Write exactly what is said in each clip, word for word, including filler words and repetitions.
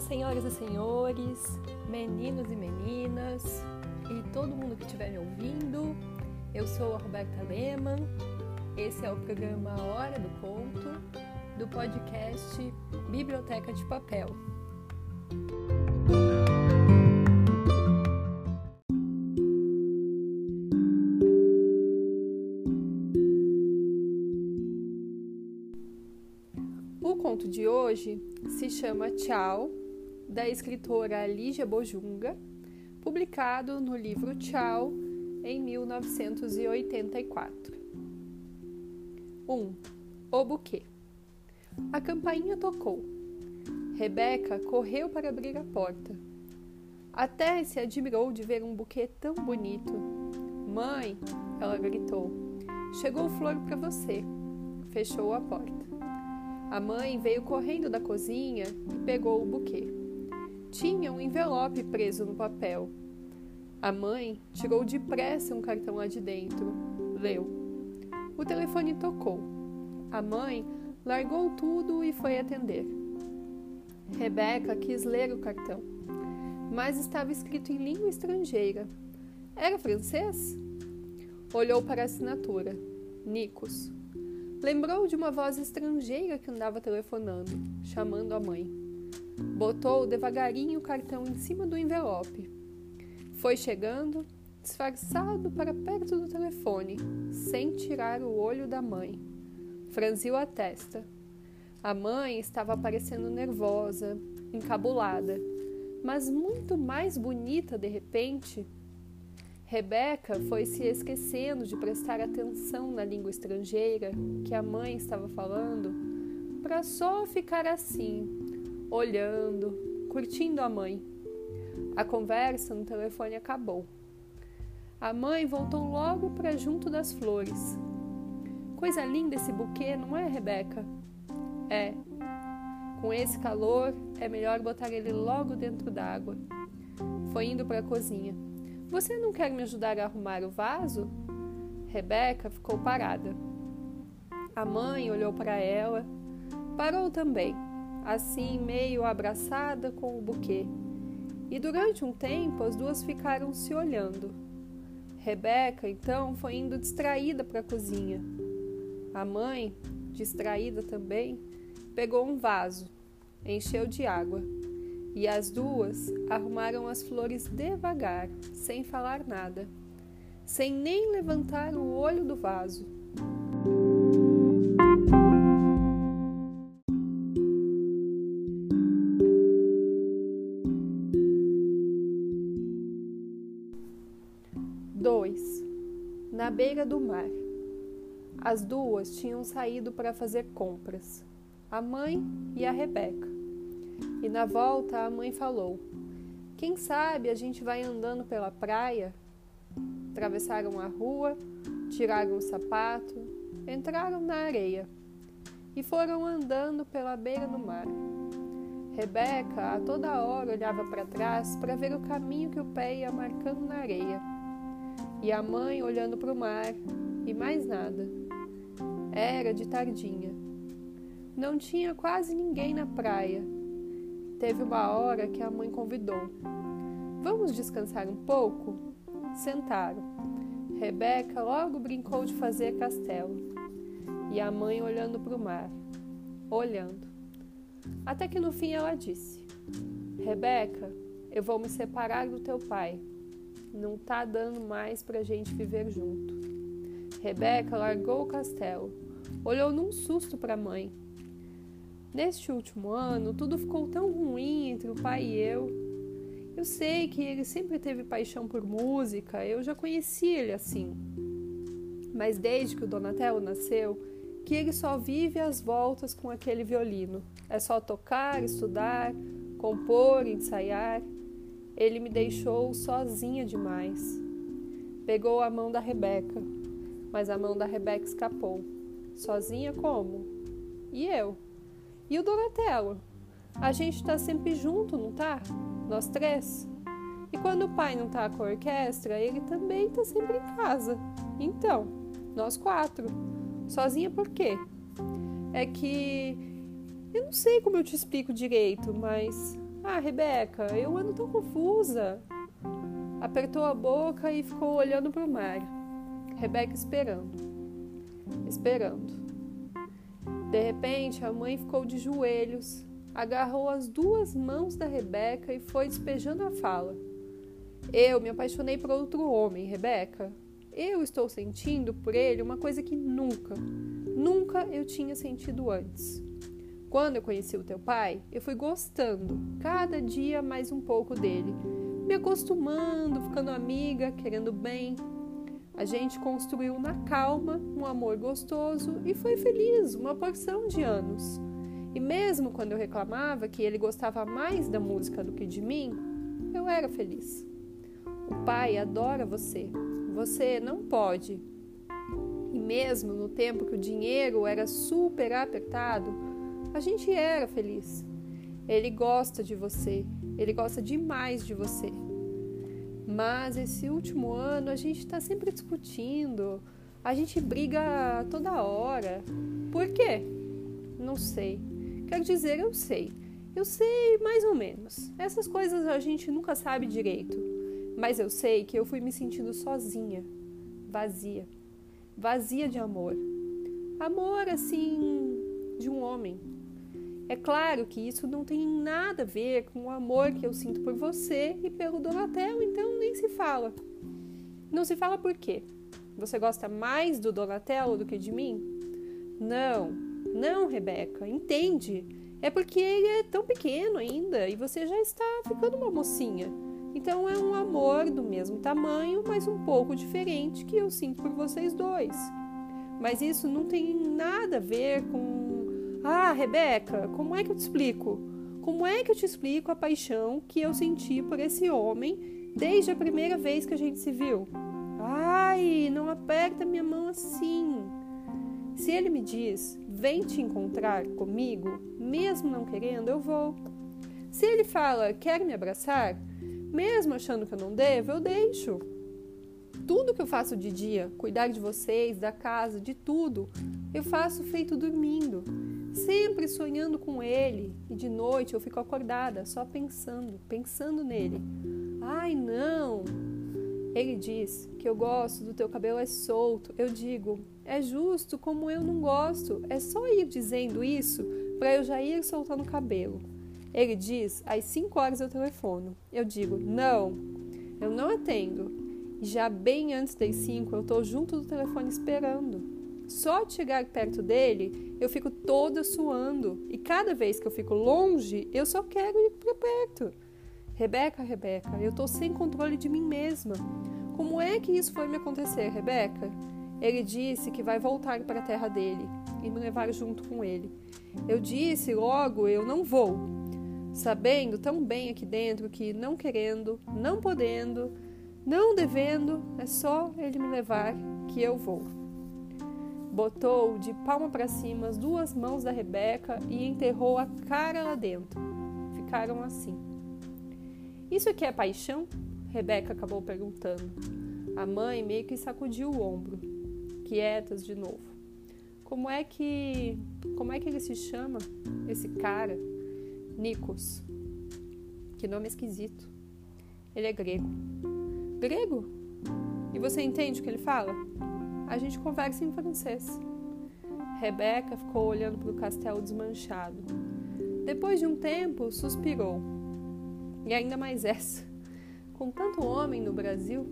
senhoras e senhores, meninos e meninas e todo mundo que estiver me ouvindo. Eu sou a Roberta Lehmann, esse é o programa Hora do Conto, do podcast Biblioteca de Papel. O conto de hoje se chama Tchau, da escritora Lígia Bojunga, publicado no livro Tchau, em mil novecentos e oitenta e quatro. um. O buquê. A campainha tocou. Rebeca correu para abrir a porta. Até se admirou de ver um buquê tão bonito. Mãe, ela gritou, chegou flor para você. Fechou a porta. A mãe veio correndo da cozinha e pegou o buquê. Tinha um envelope preso no papel. A mãe tirou depressa um cartão lá de dentro. Leu. O telefone tocou. A mãe largou tudo e foi atender. Rebeca quis ler o cartão, mas estava escrito em língua estrangeira. Era francês? Olhou para a assinatura. Nicos. Lembrou de uma voz estrangeira que andava telefonando, chamando a mãe. Botou devagarinho o cartão em cima do envelope. Foi chegando, disfarçado para perto do telefone, sem tirar o olho da mãe. Franziu a testa. A mãe estava parecendo nervosa, encabulada, mas muito mais bonita de repente. Rebeca foi se esquecendo de prestar atenção na língua estrangeira que a mãe estava falando, para só ficar assim, olhando, curtindo a mãe. A conversa no telefone acabou. A mãe voltou logo para junto das flores. Coisa linda esse buquê, não é, Rebeca? É. Com esse calor, é melhor botar ele logo dentro d'água. Foi indo para a cozinha. Você não quer me ajudar a arrumar o vaso? Rebeca ficou parada. A mãe olhou para ela, parou também, assim meio abraçada com o buquê. E durante um tempo as duas ficaram se olhando. Rebeca, então, foi indo distraída para a cozinha. A mãe, distraída também, pegou um vaso, encheu de água. E as duas arrumaram as flores devagar, sem falar nada, sem nem levantar o olho do vaso. dois. Na beira do mar. As duas tinham saído para fazer compras, a mãe e a Rebeca. E na volta a mãe falou, quem sabe a gente vai andando pela praia? Atravessaram a rua, tiraram o sapato, entraram na areia e foram andando pela beira do mar. Rebeca a toda hora olhava para trás para ver o caminho que o pé ia marcando na areia. E a mãe olhando para o mar e mais nada. Era de tardinha. Não tinha quase ninguém na praia. Teve uma hora que a mãe convidou. Vamos descansar um pouco? Sentaram. Rebeca logo brincou de fazer castelo. E a mãe olhando para o mar. Olhando. Até que no fim ela disse, Rebeca, eu vou me separar do teu pai. Não tá dando mais pra gente viver junto. Rebeca largou o castelo. Olhou num susto para a mãe. Neste último ano, tudo ficou tão ruim entre o pai e eu. Eu sei que ele sempre teve paixão por música, eu já conheci ele assim. Mas desde que o Donatello nasceu, que ele só vive às voltas com aquele violino. É só tocar, estudar, compor, ensaiar. Ele me deixou sozinha demais. Pegou a mão da Rebeca, mas a mão da Rebeca escapou. Sozinha como? E eu? E o Donatello? A gente tá sempre junto, não tá? Nós três. E quando o pai não tá com a orquestra, ele também tá sempre em casa. Então, nós quatro. Sozinha por quê? É que... Eu não sei como eu te explico direito, mas... Ah, Rebeca, eu ando tão confusa. Apertou a boca e ficou olhando para o mar. Rebeca esperando, esperando. De repente, a mãe ficou de joelhos, agarrou as duas mãos da Rebeca e foi despejando a fala. Eu me apaixonei por outro homem, Rebeca. Eu estou sentindo por ele uma coisa que nunca, nunca eu tinha sentido antes. Quando eu conheci o teu pai, eu fui gostando cada dia mais um pouco dele, me acostumando, ficando amiga, querendo bem. A gente construiu na calma um amor gostoso e foi feliz uma porção de anos. E mesmo quando eu reclamava que ele gostava mais da música do que de mim, eu era feliz. O pai adora você. Você não pode. E mesmo no tempo que o dinheiro era super apertado, a gente era feliz. Ele gosta de você. Ele gosta demais de você. Mas esse último ano a gente está sempre discutindo. A gente briga toda hora. Por quê? Não sei. Quero dizer, eu sei. Eu sei mais ou menos. Essas coisas a gente nunca sabe direito. Mas eu sei que eu fui me sentindo sozinha, vazia, vazia de amor. Amor, assim, de um homem. É claro que isso não tem nada a ver com o amor que eu sinto por você e pelo Donatello, então nem se fala. Não se fala por quê? Você gosta mais do Donatello do que de mim? Não, não, Rebeca, entende? É porque ele é tão pequeno ainda e você já está ficando uma mocinha. Então é um amor do mesmo tamanho, mas um pouco diferente que eu sinto por vocês dois. Mas isso não tem nada a ver com... Ah, Rebeca, como é que eu te explico? Como é que eu te explico a paixão que eu senti por esse homem desde a primeira vez que a gente se viu? Ai, não aperta minha mão assim. Se ele me diz, vem te encontrar comigo, mesmo não querendo, eu vou. Se ele fala, quer me abraçar, mesmo achando que eu não devo, eu deixo. Tudo que eu faço de dia, cuidar de vocês, da casa, de tudo, eu faço feito dormindo, sempre sonhando com ele. E de noite eu fico acordada, só pensando, pensando nele. Ai, não! Ele diz que eu gosto do teu cabelo é solto. Eu digo, é justo como eu não gosto. É só ir dizendo isso para eu já ir soltando o cabelo. Ele diz, às cinco horas eu telefono. Eu digo, não, eu não atendo. E já bem antes das cinco eu estou junto do telefone esperando. Só de chegar perto dele, eu fico toda suando. E cada vez que eu fico longe, eu só quero ir para perto. Rebeca, Rebeca, eu estou sem controle de mim mesma. Como é que isso foi me acontecer, Rebeca? Ele disse que vai voltar para a terra dele e me levar junto com ele. Eu disse logo, eu não vou. Sabendo tão bem aqui dentro que não querendo, não podendo, não devendo, é só ele me levar que eu vou. Botou de palma para cima as duas mãos da Rebeca e enterrou a cara lá dentro. Ficaram assim. Isso aqui é paixão? Rebeca acabou perguntando. A mãe meio que sacudiu o ombro. Quietas de novo. Como é que... Como é que ele se chama? Esse cara? Nikos. Que nome esquisito. Ele é grego. Grego? E você entende o que ele fala? A gente conversa em francês. Rebeca ficou olhando para o castelo desmanchado. Depois de um tempo, suspirou. E ainda mais essa. Com tanto homem no Brasil...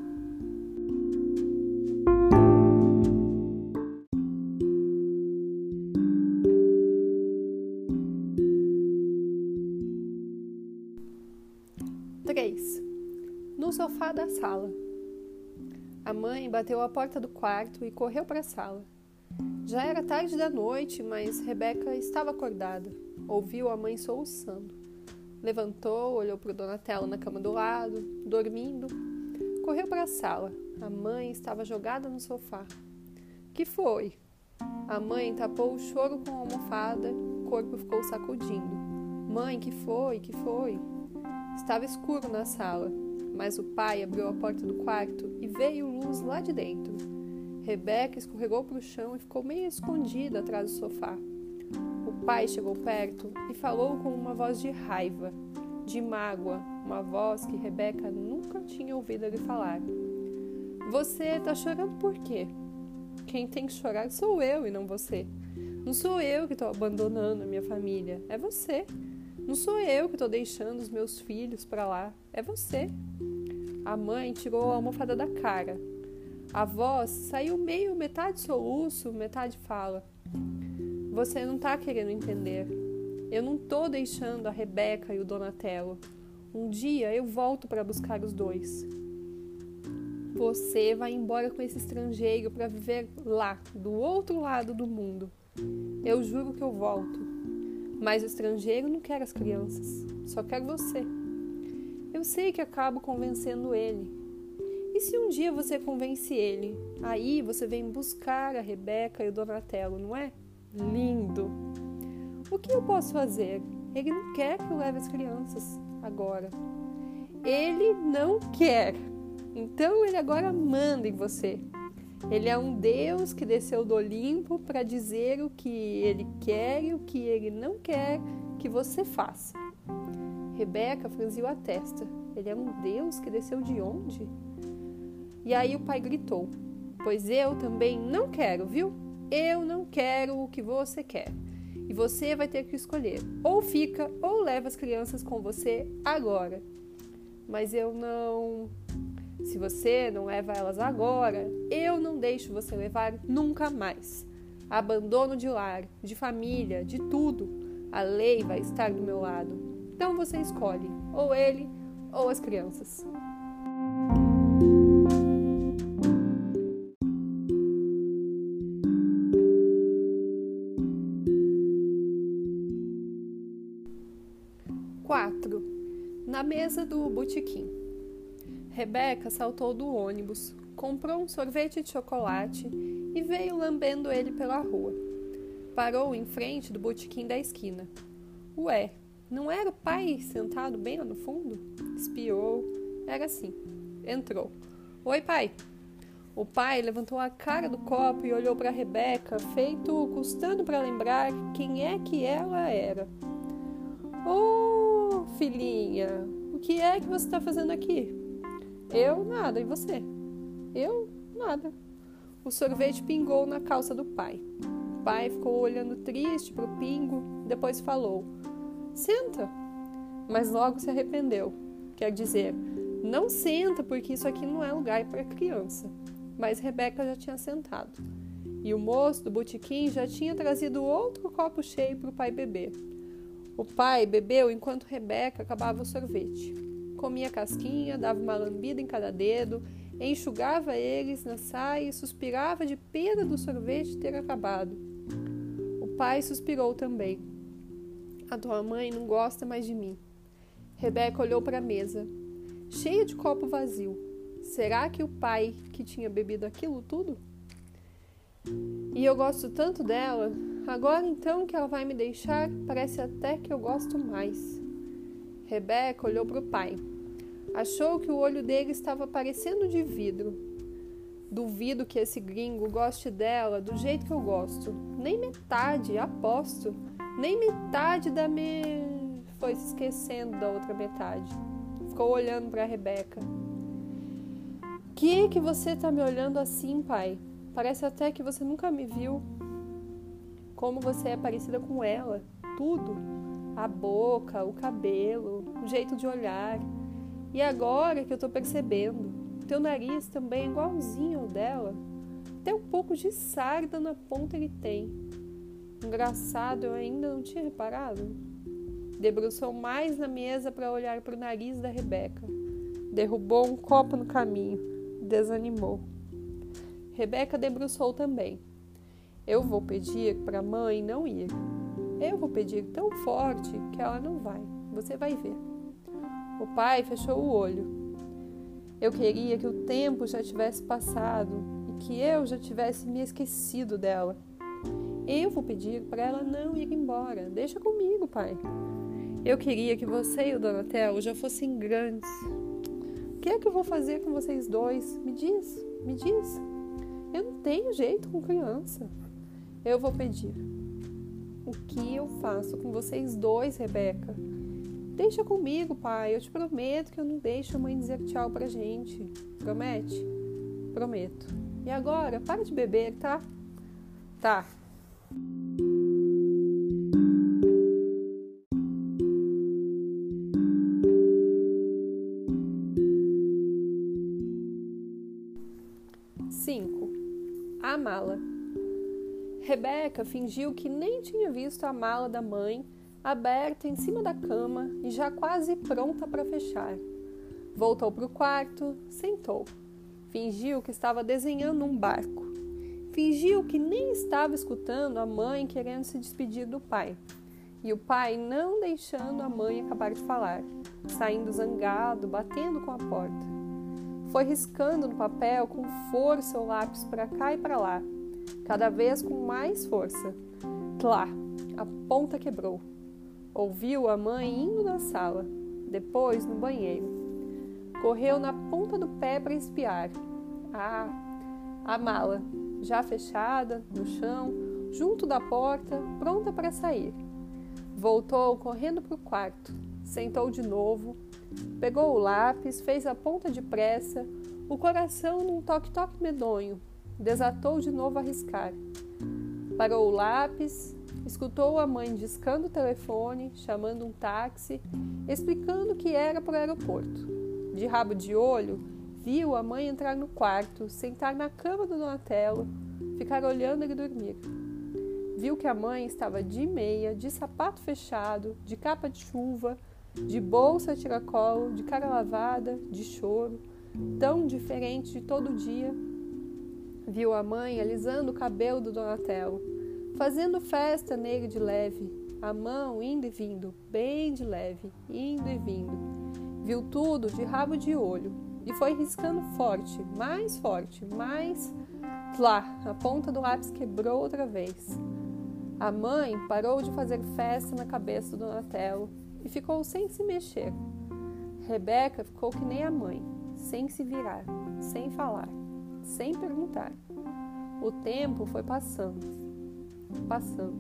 três. No sofá da sala. A mãe bateu a porta do quarto e correu para a sala. Já era tarde da noite, mas Rebeca estava acordada. Ouviu a mãe soluçando. Levantou, olhou para o Donatello na cama do lado, dormindo. Correu para a sala. A mãe estava jogada no sofá. Que foi? A mãe tapou o choro com a almofada, o corpo ficou sacudindo. Mãe, que foi? Que foi? Estava escuro na sala, mas o pai abriu a porta do quarto e veio luz lá de dentro. Rebeca escorregou para o chão e ficou meio escondida atrás do sofá. O pai chegou perto e falou com uma voz de raiva. de mágoa, uma voz que Rebeca nunca tinha ouvido ele falar. Você tá chorando por quê? Quem tem que chorar sou eu e não você. Não sou eu que estou abandonando a minha família, é você. Não sou eu que estou deixando os meus filhos para lá, é você. A mãe tirou a almofada da cara. A voz saiu meio metade soluço, metade fala. Você não tá querendo entender. Eu não tô deixando a Rebeca e o Donatello. Um dia eu volto para buscar os dois. Você vai embora com esse estrangeiro para viver lá, do outro lado do mundo. Eu juro que eu volto. Mas o estrangeiro não quer as crianças, só quer você. Eu sei que acabo convencendo ele. E se um dia você convence ele, aí você vem buscar a Rebeca e o Donatello, não é? Lindo! O que eu posso fazer? Ele não quer que eu leve as crianças agora. Ele não quer. Então ele agora manda em você. Ele é um Deus que desceu do Olimpo para dizer o que ele quer e o que ele não quer que você faça. Rebeca franziu a testa. Ele é um Deus que desceu de onde? E aí o pai gritou. Pois eu também não quero, viu? Eu não quero o que você quer. E você vai ter que escolher. Ou fica ou leva as crianças com você agora. Mas eu não... Se você não leva elas agora, eu não deixo você levar nunca mais. Abandono de lar, de família, de tudo. A lei vai estar do meu lado. Então você escolhe, ou ele, ou as crianças. quatro. Na mesa do botequim. Rebeca saltou do ônibus, comprou um sorvete de chocolate e veio lambendo ele pela rua. Parou em frente do botequim da esquina. Ué, não era o pai sentado bem lá no fundo? Espiou. Era sim. Entrou. Oi, pai. O pai levantou a cara do copo e olhou para Rebeca, feito custando para lembrar quem é que ela era. Ô, oh, filhinha, o que é que você está fazendo aqui? Eu, nada. E você? Eu, nada. O sorvete pingou na calça do pai. O pai ficou olhando triste pro pingo, depois falou, senta. Mas logo se arrependeu. Quer dizer, não senta porque isso aqui não é lugar para criança. Mas Rebeca já tinha sentado. E o moço do botequim já tinha trazido outro copo cheio pro pai beber. O pai bebeu enquanto Rebeca acabava o sorvete. Comia casquinha, dava uma lambida em cada dedo, enxugava eles na saia e suspirava de pena do sorvete ter acabado. O pai suspirou também. A tua mãe não gosta mais de mim. Rebeca olhou para a mesa, cheia de copo vazio. Será que o pai que tinha bebido aquilo tudo? E eu gosto tanto dela, agora então que ela vai me deixar, parece até que eu gosto mais. Rebeca olhou para o pai. Achou que o olho dele estava parecendo de vidro. Duvido que esse gringo goste dela do jeito que eu gosto. Nem metade, aposto. Nem metade da me... Foi se esquecendo da outra metade. Ficou olhando para Rebeca. Que que você tá me olhando assim, pai? Parece até que você nunca me viu. Como você é parecida com ela. Tudo. A boca, o cabelo, o jeito de olhar. E agora que eu tô percebendo, teu nariz também é igualzinho ao dela. Até um pouco de sarda na ponta ele tem. Engraçado, eu ainda não tinha reparado. Debruçou mais na mesa para olhar para o nariz da Rebeca. Derrubou um copo no caminho. Desanimou. Rebeca debruçou também. Eu vou pedir para a mãe não ir. Eu vou pedir tão forte que ela não vai. Você vai ver. O pai fechou o olho. Eu queria que o tempo já tivesse passado e que eu já tivesse me esquecido dela. Eu vou pedir para ela não ir embora. Deixa comigo, pai. Eu queria que você e o Donatello já fossem grandes. O que é que eu vou fazer com vocês dois? Me diz, me diz. Eu não tenho jeito com criança. Eu vou pedir. O que eu faço com vocês dois, Rebeca? Deixa comigo, pai. Eu te prometo que eu não deixo a mãe dizer tchau pra gente. Promete? Prometo. E agora, para de beber, tá? Tá. cinco. A mala. Rebeca fingiu que nem tinha visto a mala da mãe aberta em cima da cama e já quase pronta para fechar. Voltou para o quarto, sentou. Fingiu que estava desenhando um barco. Fingiu que nem estava escutando a mãe querendo se despedir do pai. E o pai não deixando a mãe acabar de falar, saindo zangado, batendo com a porta. Foi riscando no papel com força o lápis para cá e para lá, cada vez com mais força. Tlá, a ponta quebrou. Ouviu a mãe indo na sala, depois no banheiro. Correu na ponta do pé para espiar. Ah, a mala, já fechada, no chão, junto da porta, pronta para sair. Voltou correndo para o quarto, sentou de novo, pegou o lápis, fez a ponta depressa, o coração num toque-toque medonho, desatou de novo a riscar. Parou o lápis, escutou a mãe discando o telefone, chamando um táxi, explicando que era para o aeroporto. De rabo de olho, viu a mãe entrar no quarto, sentar na cama do Donatello, ficar olhando ele dormir. Viu que a mãe estava de meia, de sapato fechado, de capa de chuva, de bolsa a tiracolo, de cara lavada, de choro, tão diferente de todo dia. Viu a mãe alisando o cabelo do Donatello, fazendo festa nele de leve, a mão indo e vindo, bem de leve, indo e vindo. Viu tudo de rabo de olho e foi riscando forte, mais forte, mais... Tlá, a ponta do lápis quebrou outra vez. A mãe parou de fazer festa na cabeça do Donatello e ficou sem se mexer. Rebeca ficou que nem a mãe, sem se virar, sem falar, sem perguntar. O tempo foi passando, passando,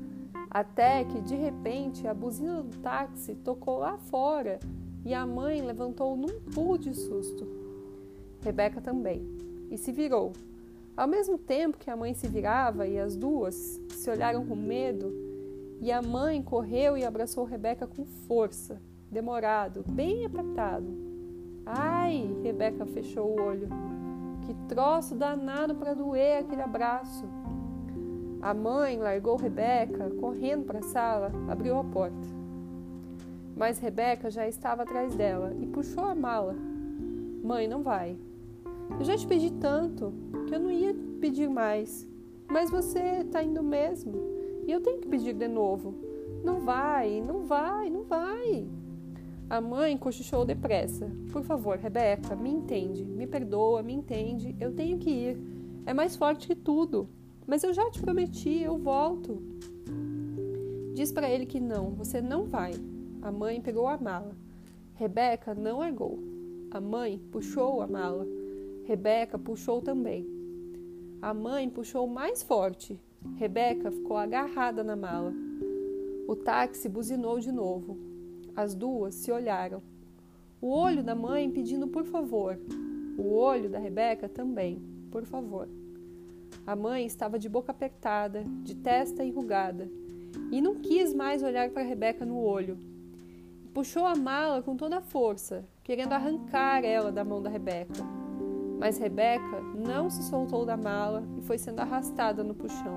até que de repente a buzina do táxi tocou lá fora e a mãe levantou num pulo de susto. Rebeca também, e se virou. Ao mesmo tempo que a mãe se virava e as duas se olharam com medo, e a mãe correu e abraçou Rebeca com força, demorado, bem apertado. Ai, Rebeca fechou o olho. Que troço danado para doer aquele abraço. A mãe largou Rebeca, correndo para a sala, abriu a porta. Mas Rebeca já estava atrás dela e puxou a mala. Mãe, não vai. Eu já te pedi tanto que eu não ia pedir mais. Mas você está indo mesmo. E eu tenho que pedir de novo. Não vai, não vai, não vai. A mãe cochichou depressa. Por favor, Rebeca, me entende, me perdoa, me entende. Eu tenho que ir. É mais forte que tudo. Mas eu já te prometi, eu volto. Diz para ele que não, você não vai. A mãe pegou a mala. Rebeca não largou. A mãe puxou a mala. Rebeca puxou também. A mãe puxou mais forte. Rebeca ficou agarrada na mala. O táxi buzinou de novo. As duas se olharam. O olho da mãe pedindo por favor. O olho da Rebeca também, por favor. A mãe estava de boca apertada, de testa enrugada, e não quis mais olhar para Rebeca no olho. Puxou a mala com toda a força, querendo arrancar ela da mão da Rebeca. Mas Rebeca não se soltou da mala e foi sendo arrastada no puxão.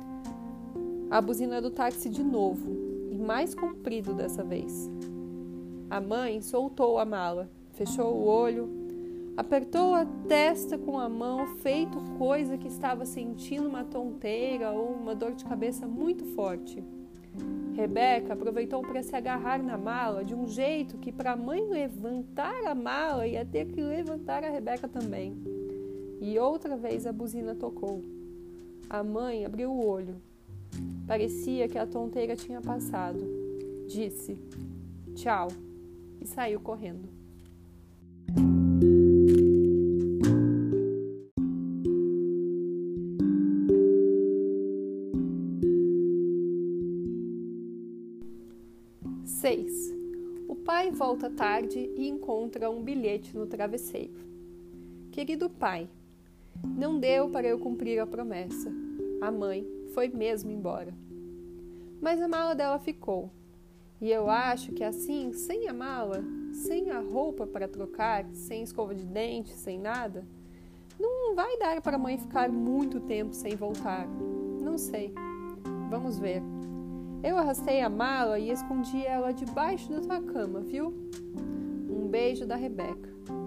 A buzina do táxi de novo, e mais comprido dessa vez. A mãe soltou a mala, fechou o olho, apertou a testa com a mão, feito coisa que estava sentindo uma tonteira ou uma dor de cabeça muito forte. Rebeca aproveitou para se agarrar na mala de um jeito que para a mãe levantar a mala ia ter que levantar a Rebeca também. E outra vez a buzina tocou. A mãe abriu o olho. Parecia que a tonteira tinha passado. Disse tchau e saiu correndo. seis. pai volta tarde e encontra um bilhete no travesseiro. Querido pai, não deu para eu cumprir a promessa. A mãe foi mesmo embora. Mas a mala dela ficou. E eu acho que assim, sem a mala, sem a roupa para trocar, sem escova de dente, sem nada, não vai dar para a mãe ficar muito tempo sem voltar. Não sei. Vamos ver. Eu arrastei a mala e escondi ela debaixo da tua cama, viu? Um beijo da Rebeca.